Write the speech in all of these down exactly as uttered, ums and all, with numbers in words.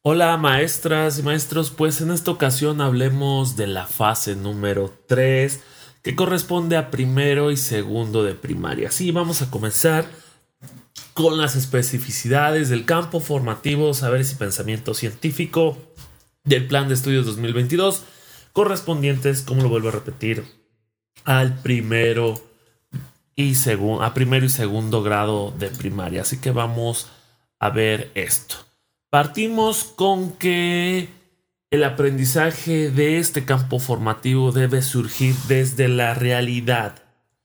Hola maestras y maestros, pues en esta ocasión hablemos de la fase número tres que corresponde a primero y segundo de primaria. Sí, vamos a comenzar con las especificidades del campo formativo, saberes y pensamiento científico del Plan de Estudios dos mil veintidós correspondientes, como lo vuelvo a repetir, al primero y segundo, a primero y segundo grado de primaria. Así que vamos a ver esto. Partimos con que el aprendizaje de este campo formativo debe surgir desde la realidad.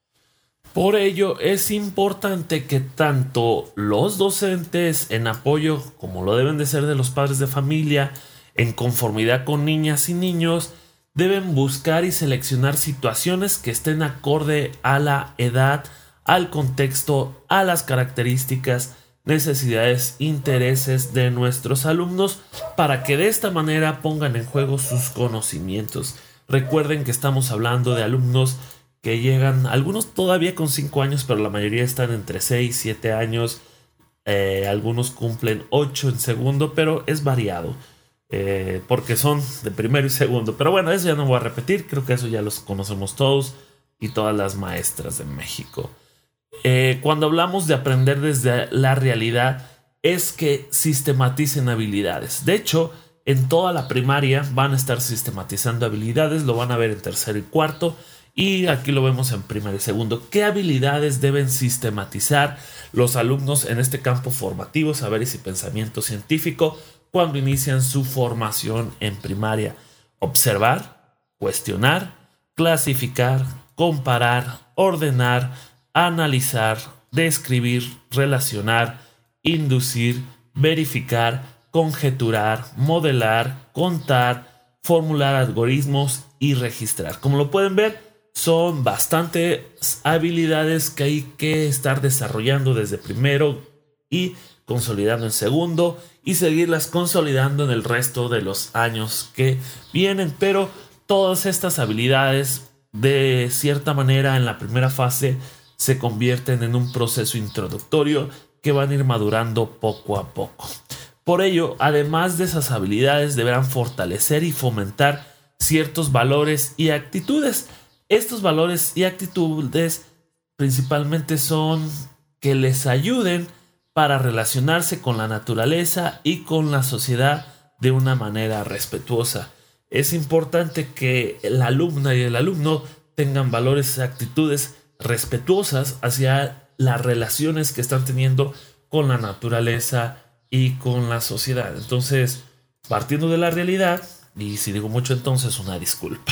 Por ello, es importante que tanto los docentes, en apoyo, como lo deben de ser de los padres de familia, en conformidad con niñas y niños, deben buscar y seleccionar situaciones que estén acorde a la edad, al contexto, a las características, necesidades, intereses de nuestros alumnos, para que de esta manera pongan en juego sus conocimientos. Recuerden que estamos hablando de alumnos que llegan, algunos todavía con cinco años, pero la mayoría están entre seis y siete años. Eh, algunos cumplen ocho en segundo, pero es variado, eh, porque son de primero y segundo. Pero bueno, eso ya no voy a repetir, creo que eso ya los conocemos todos y todas las maestras de México. Eh, cuando hablamos de aprender desde la realidad, es que sistematicen habilidades. De hecho, en toda la primaria van a estar sistematizando habilidades, lo van a ver en tercero y cuarto, y aquí lo vemos en primero y segundo. ¿Qué habilidades deben sistematizar los alumnos en este campo formativo, saberes y pensamiento científico, cuando inician su formación en primaria? Observar, cuestionar, clasificar, comparar, ordenar, analizar, describir, relacionar, inducir, verificar, conjeturar, modelar, contar, formular algoritmos y registrar. Como lo pueden ver, son bastantes habilidades que hay que estar desarrollando desde primero y consolidando en segundo y seguirlas consolidando en el resto de los años que vienen. Pero todas estas habilidades, de cierta manera, en la primera fase se convierten en un proceso introductorio que van a ir madurando poco a poco. Por ello, además de esas habilidades, deberán fortalecer y fomentar ciertos valores y actitudes. Estos valores y actitudes principalmente son que les ayuden para relacionarse con la naturaleza y con la sociedad de una manera respetuosa. Es importante que la alumna y el alumno tengan valores y actitudes respetuosas hacia las relaciones que están teniendo con la naturaleza y con la sociedad. Entonces, partiendo de la realidad, y si digo mucho entonces, una disculpa.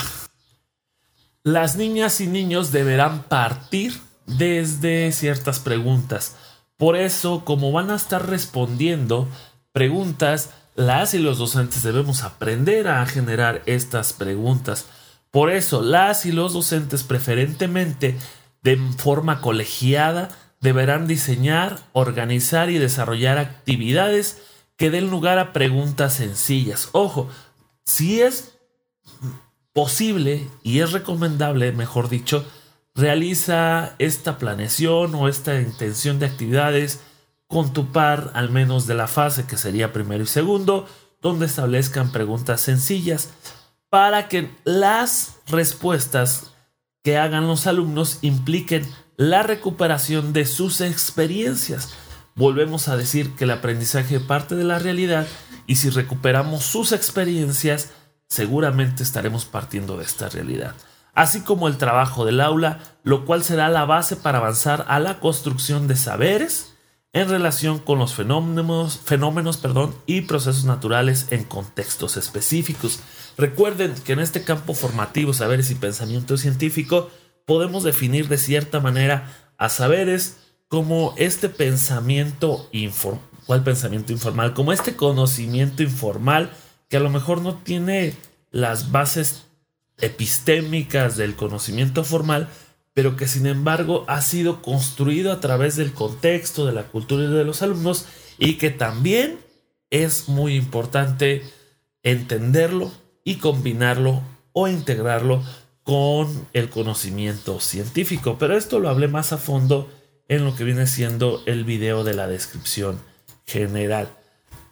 Las niñas y niños deberán partir desde ciertas preguntas. Por eso, como van a estar respondiendo preguntas, las y los docentes debemos aprender a generar estas preguntas. Por eso, las y los docentes, preferentemente de forma colegiada, deberán diseñar, organizar y desarrollar actividades que den lugar a preguntas sencillas. Ojo, si es posible y es recomendable, mejor dicho, realiza esta planeación o esta intención de actividades con tu par, al menos de la fase que sería primero y segundo, donde establezcan preguntas sencillas para que las respuestas que hagan los alumnos impliquen la recuperación de sus experiencias. Volvemos a decir que el aprendizaje parte de la realidad, y si recuperamos sus experiencias, seguramente estaremos partiendo de esta realidad. Así como el trabajo del aula, lo cual será la base para avanzar a la construcción de saberes en relación con los fenómenos, fenómenos perdón, y procesos naturales en contextos específicos. Recuerden que en este campo formativo, saberes y pensamiento científico, podemos definir de cierta manera a saberes como este pensamiento informal. ¿Cuál pensamiento informal? Como este conocimiento informal que a lo mejor no tiene las bases epistémicas del conocimiento formal, pero que sin embargo ha sido construido a través del contexto, de la cultura y de los alumnos, y que también es muy importante entenderlo y combinarlo o integrarlo con el conocimiento científico. Pero esto lo hablé más a fondo en lo que viene siendo el video de la descripción general.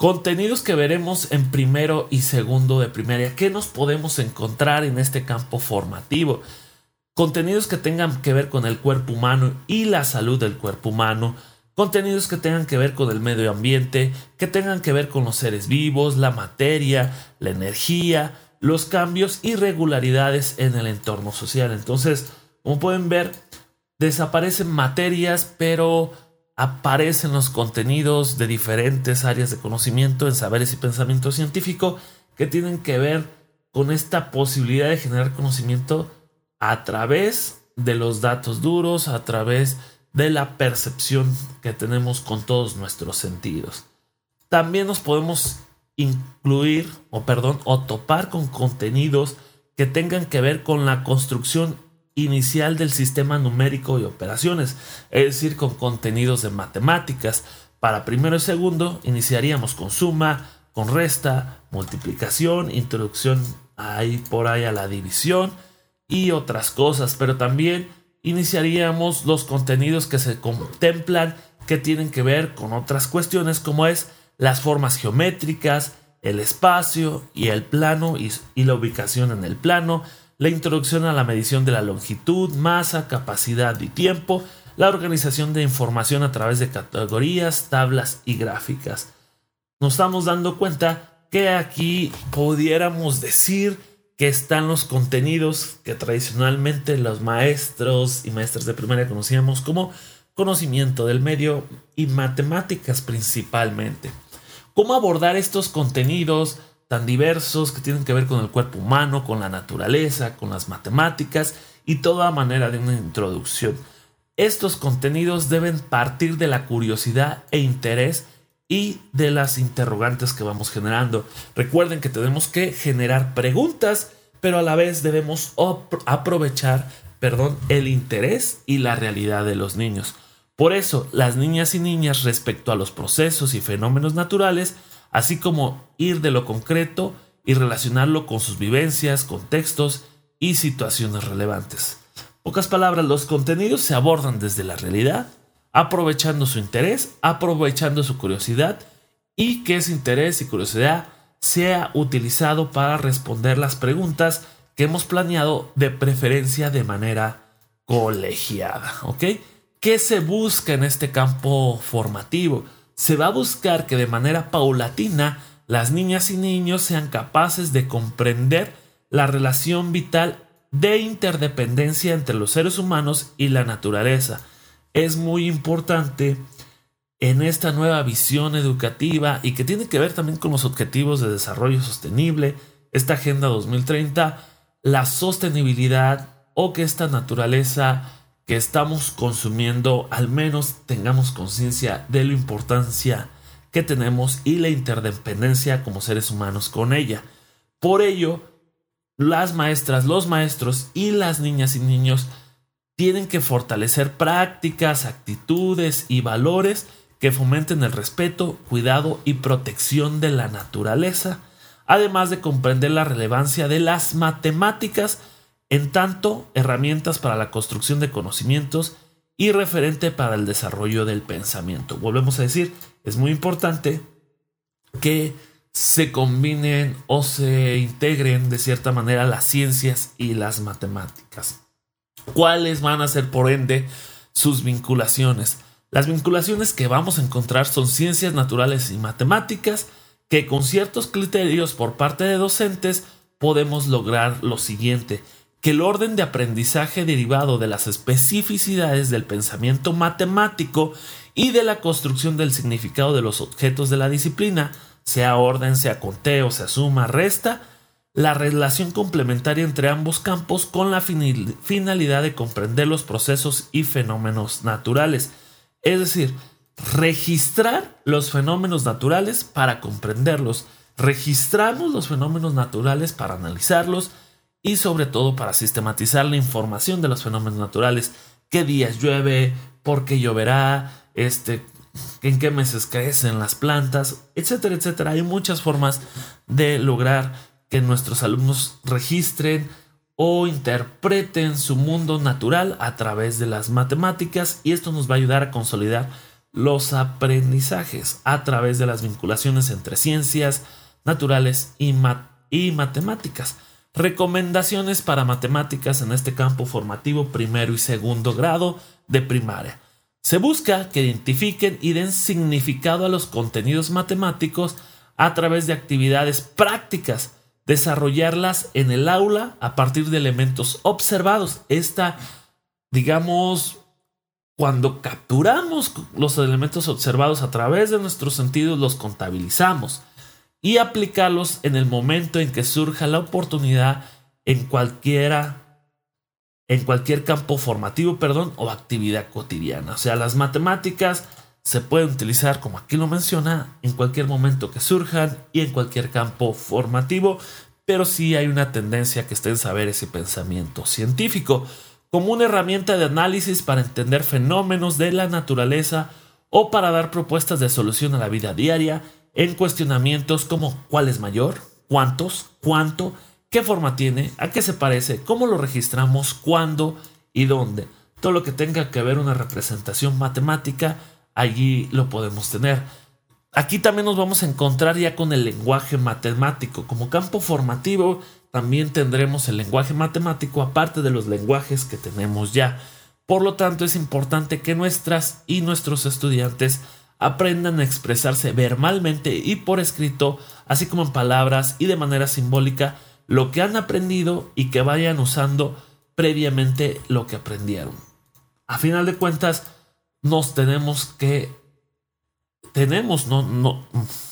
Contenidos que veremos en primero y segundo de primaria. ¿Qué nos podemos encontrar en este campo formativo? Contenidos que tengan que ver con el cuerpo humano y la salud del cuerpo humano. Contenidos que tengan que ver con el medio ambiente, que tengan que ver con los seres vivos, la materia, la energía, los cambios y regularidades en el entorno social. Entonces, como pueden ver, desaparecen materias, pero aparecen los contenidos de diferentes áreas de conocimiento en saberes y pensamiento científico que tienen que ver con esta posibilidad de generar conocimiento a través de los datos duros, a través de la percepción que tenemos con todos nuestros sentidos. También nos podemos incluir, o perdón, o topar con contenidos que tengan que ver con la construcción inicial del sistema numérico y operaciones, es decir, con contenidos de matemáticas. Para primero y segundo iniciaríamos con suma, con resta, multiplicación, introducción ahí por ahí a la división y otras cosas, pero también iniciaríamos los contenidos que se contemplan que tienen que ver con otras cuestiones como es las formas geométricas, el espacio y el plano y, y la ubicación en el plano, la introducción a la medición de la longitud, masa, capacidad y tiempo, la organización de información a través de categorías, tablas y gráficas. Nos estamos dando cuenta que aquí pudiéramos decir que están los contenidos que tradicionalmente los maestros y maestras de primaria conocíamos como conocimiento del medio y matemáticas principalmente. ¿Cómo abordar estos contenidos tan diversos que tienen que ver con el cuerpo humano, con la naturaleza, con las matemáticas y toda manera de una introducción? Estos contenidos deben partir de la curiosidad e interés y de las interrogantes que vamos generando. Recuerden que tenemos que generar preguntas, pero a la vez debemos aprovechar, perdón, el interés y la realidad de los niños. Por eso, las niñas y niñas respecto a los procesos y fenómenos naturales, así como ir de lo concreto y relacionarlo con sus vivencias, contextos y situaciones relevantes. Pocas palabras, los contenidos se abordan desde la realidad, aprovechando su interés, aprovechando su curiosidad y que ese interés y curiosidad sea utilizado para responder las preguntas que hemos planeado, de preferencia de manera colegiada, ¿ok? ¿Qué se busca en este campo formativo? Se va a buscar que de manera paulatina las niñas y niños sean capaces de comprender la relación vital de interdependencia entre los seres humanos y la naturaleza. Es muy importante en esta nueva visión educativa y que tiene que ver también con los objetivos de desarrollo sostenible, esta Agenda dos mil treinta, la sostenibilidad, o que esta naturaleza que estamos consumiendo al menos tengamos conciencia de la importancia que tenemos y la interdependencia como seres humanos con ella. Por ello, las maestras, los maestros y las niñas y niños tienen que fortalecer prácticas, actitudes y valores que fomenten el respeto, cuidado y protección de la naturaleza, además de comprender la relevancia de las matemáticas en tanto herramientas para la construcción de conocimientos y referente para el desarrollo del pensamiento. Volvemos a decir, es muy importante que se combinen o se integren de cierta manera las ciencias y las matemáticas. ¿Cuáles van a ser, por ende, sus vinculaciones? Las vinculaciones que vamos a encontrar son ciencias naturales y matemáticas, que con ciertos criterios por parte de docentes podemos lograr lo siguiente: que el orden de aprendizaje derivado de las especificidades del pensamiento matemático y de la construcción del significado de los objetos de la disciplina, sea orden, sea conteo, sea suma, resta, la relación complementaria entre ambos campos con la finalidad de comprender los procesos y fenómenos naturales. Es decir, registrar los fenómenos naturales para comprenderlos, registramos los fenómenos naturales para analizarlos y sobre todo para sistematizar la información de los fenómenos naturales. ¿Qué días llueve? ¿Por qué lloverá? Este, ¿en qué meses crecen las plantas? Etcétera, etcétera. Hay muchas formas de lograr que nuestros alumnos registren o interpreten su mundo natural a través de las matemáticas, y esto nos va a ayudar a consolidar los aprendizajes a través de las vinculaciones entre ciencias naturales y, mat- y matemáticas. Recomendaciones para matemáticas en este campo formativo primero y segundo grado de primaria. Se busca que identifiquen y den significado a los contenidos matemáticos a través de actividades prácticas, desarrollarlas en el aula a partir de elementos observados. Esta, digamos, cuando capturamos los elementos observados a través de nuestros sentidos, los contabilizamos y aplicarlos en el momento en que surja la oportunidad en cualquiera en cualquier campo formativo, perdón, o actividad cotidiana. O sea, las matemáticas se pueden utilizar, como aquí lo menciona, en cualquier momento que surjan y en cualquier campo formativo, pero sí hay una tendencia que esté en saberes y pensamiento científico, como una herramienta de análisis para entender fenómenos de la naturaleza o para dar propuestas de solución a la vida diaria en cuestionamientos como ¿cuál es mayor? ¿Cuántos? ¿Cuánto? ¿Qué forma tiene? ¿A qué se parece? ¿Cómo lo registramos? ¿Cuándo? ¿Y dónde? Todo lo que tenga que ver una representación matemática, allí lo podemos tener. Aquí también nos vamos a encontrar ya con el lenguaje matemático. Como campo formativo también tendremos el lenguaje matemático aparte de los lenguajes que tenemos ya. Por lo tanto, es importante que nuestras y nuestros estudiantes aprendan a expresarse verbalmente y por escrito, así como en palabras y de manera simbólica, lo que han aprendido y que vayan usando previamente lo que aprendieron. A final de cuentas, nos tenemos que, tenemos, no, no,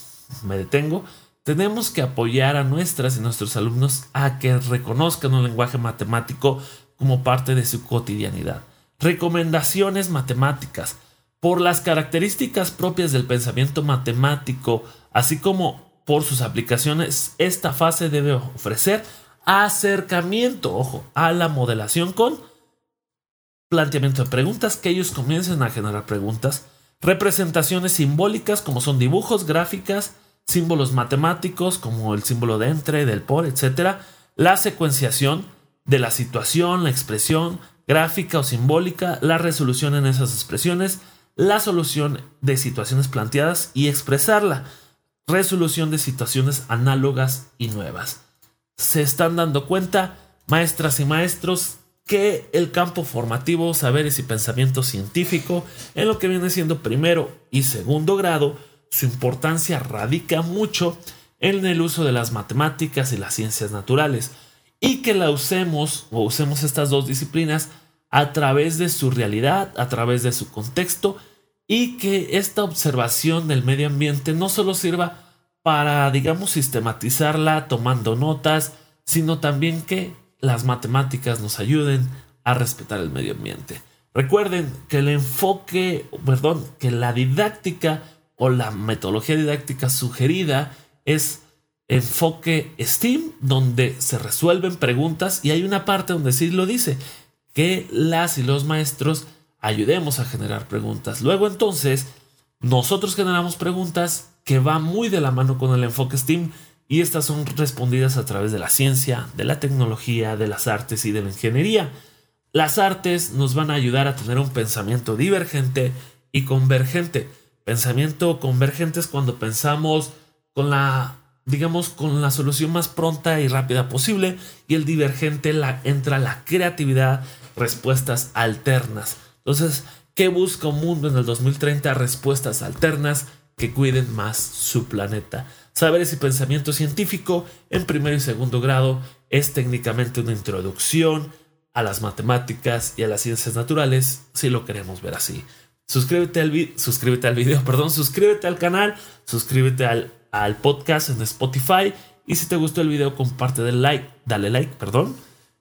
me detengo, tenemos que apoyar a nuestras y nuestros alumnos a que reconozcan un lenguaje matemático como parte de su cotidianidad. Recomendaciones matemáticas. Por las características propias del pensamiento matemático, así como por sus aplicaciones, esta fase debe ofrecer acercamiento, ojo, a la modelación con planteamiento de preguntas, que ellos comiencen a generar preguntas, representaciones simbólicas como son dibujos, gráficas, símbolos matemáticos como el símbolo de entre, del por, etcétera, la secuenciación de la situación, la expresión gráfica o simbólica, la resolución en esas expresiones, la solución de situaciones planteadas y expresarla, resolución de situaciones análogas y nuevas. Se están dando cuenta, maestras y maestros, que el campo formativo, saberes y pensamiento científico, en lo que viene siendo primero y segundo grado, su importancia radica mucho en el uso de las matemáticas y las ciencias naturales, y que la usemos o usemos estas dos disciplinas a través de su realidad, a través de su contexto, y que esta observación del medio ambiente no solo sirva para, digamos, sistematizarla tomando notas, sino también que las matemáticas nos ayuden a respetar el medio ambiente. Recuerden que el enfoque, perdón, que la didáctica o la metodología didáctica sugerida es enfoque STEAM, donde se resuelven preguntas, y hay una parte donde sí lo dice, que las y los maestros ayudemos a generar preguntas. Luego entonces nosotros generamos preguntas que van muy de la mano con el enfoque STEAM, y estas son respondidas a través de la ciencia, de la tecnología, de las artes y de la ingeniería. Las artes nos van a ayudar a tener un pensamiento divergente y convergente. Pensamiento convergente es cuando pensamos con la, digamos, con la solución más pronta y rápida posible, y el divergente la, entra la creatividad, respuestas alternas. Entonces, ¿qué busca un mundo en el dos mil treinta? Respuestas alternas que cuiden más su planeta. Saberes y pensamiento científico en primero y segundo grado es técnicamente una introducción a las matemáticas y a las ciencias naturales, si lo queremos ver así. Suscríbete al, vi- suscríbete al video, perdón, suscríbete al canal, suscríbete al, al podcast en Spotify, y si te gustó el video, comparte, dale like, dale like, perdón,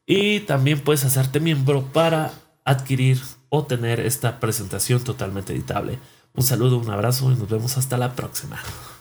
y también puedes hacerte miembro para adquirir o tener esta presentación totalmente editable. Un saludo, un abrazo y nos vemos hasta la próxima.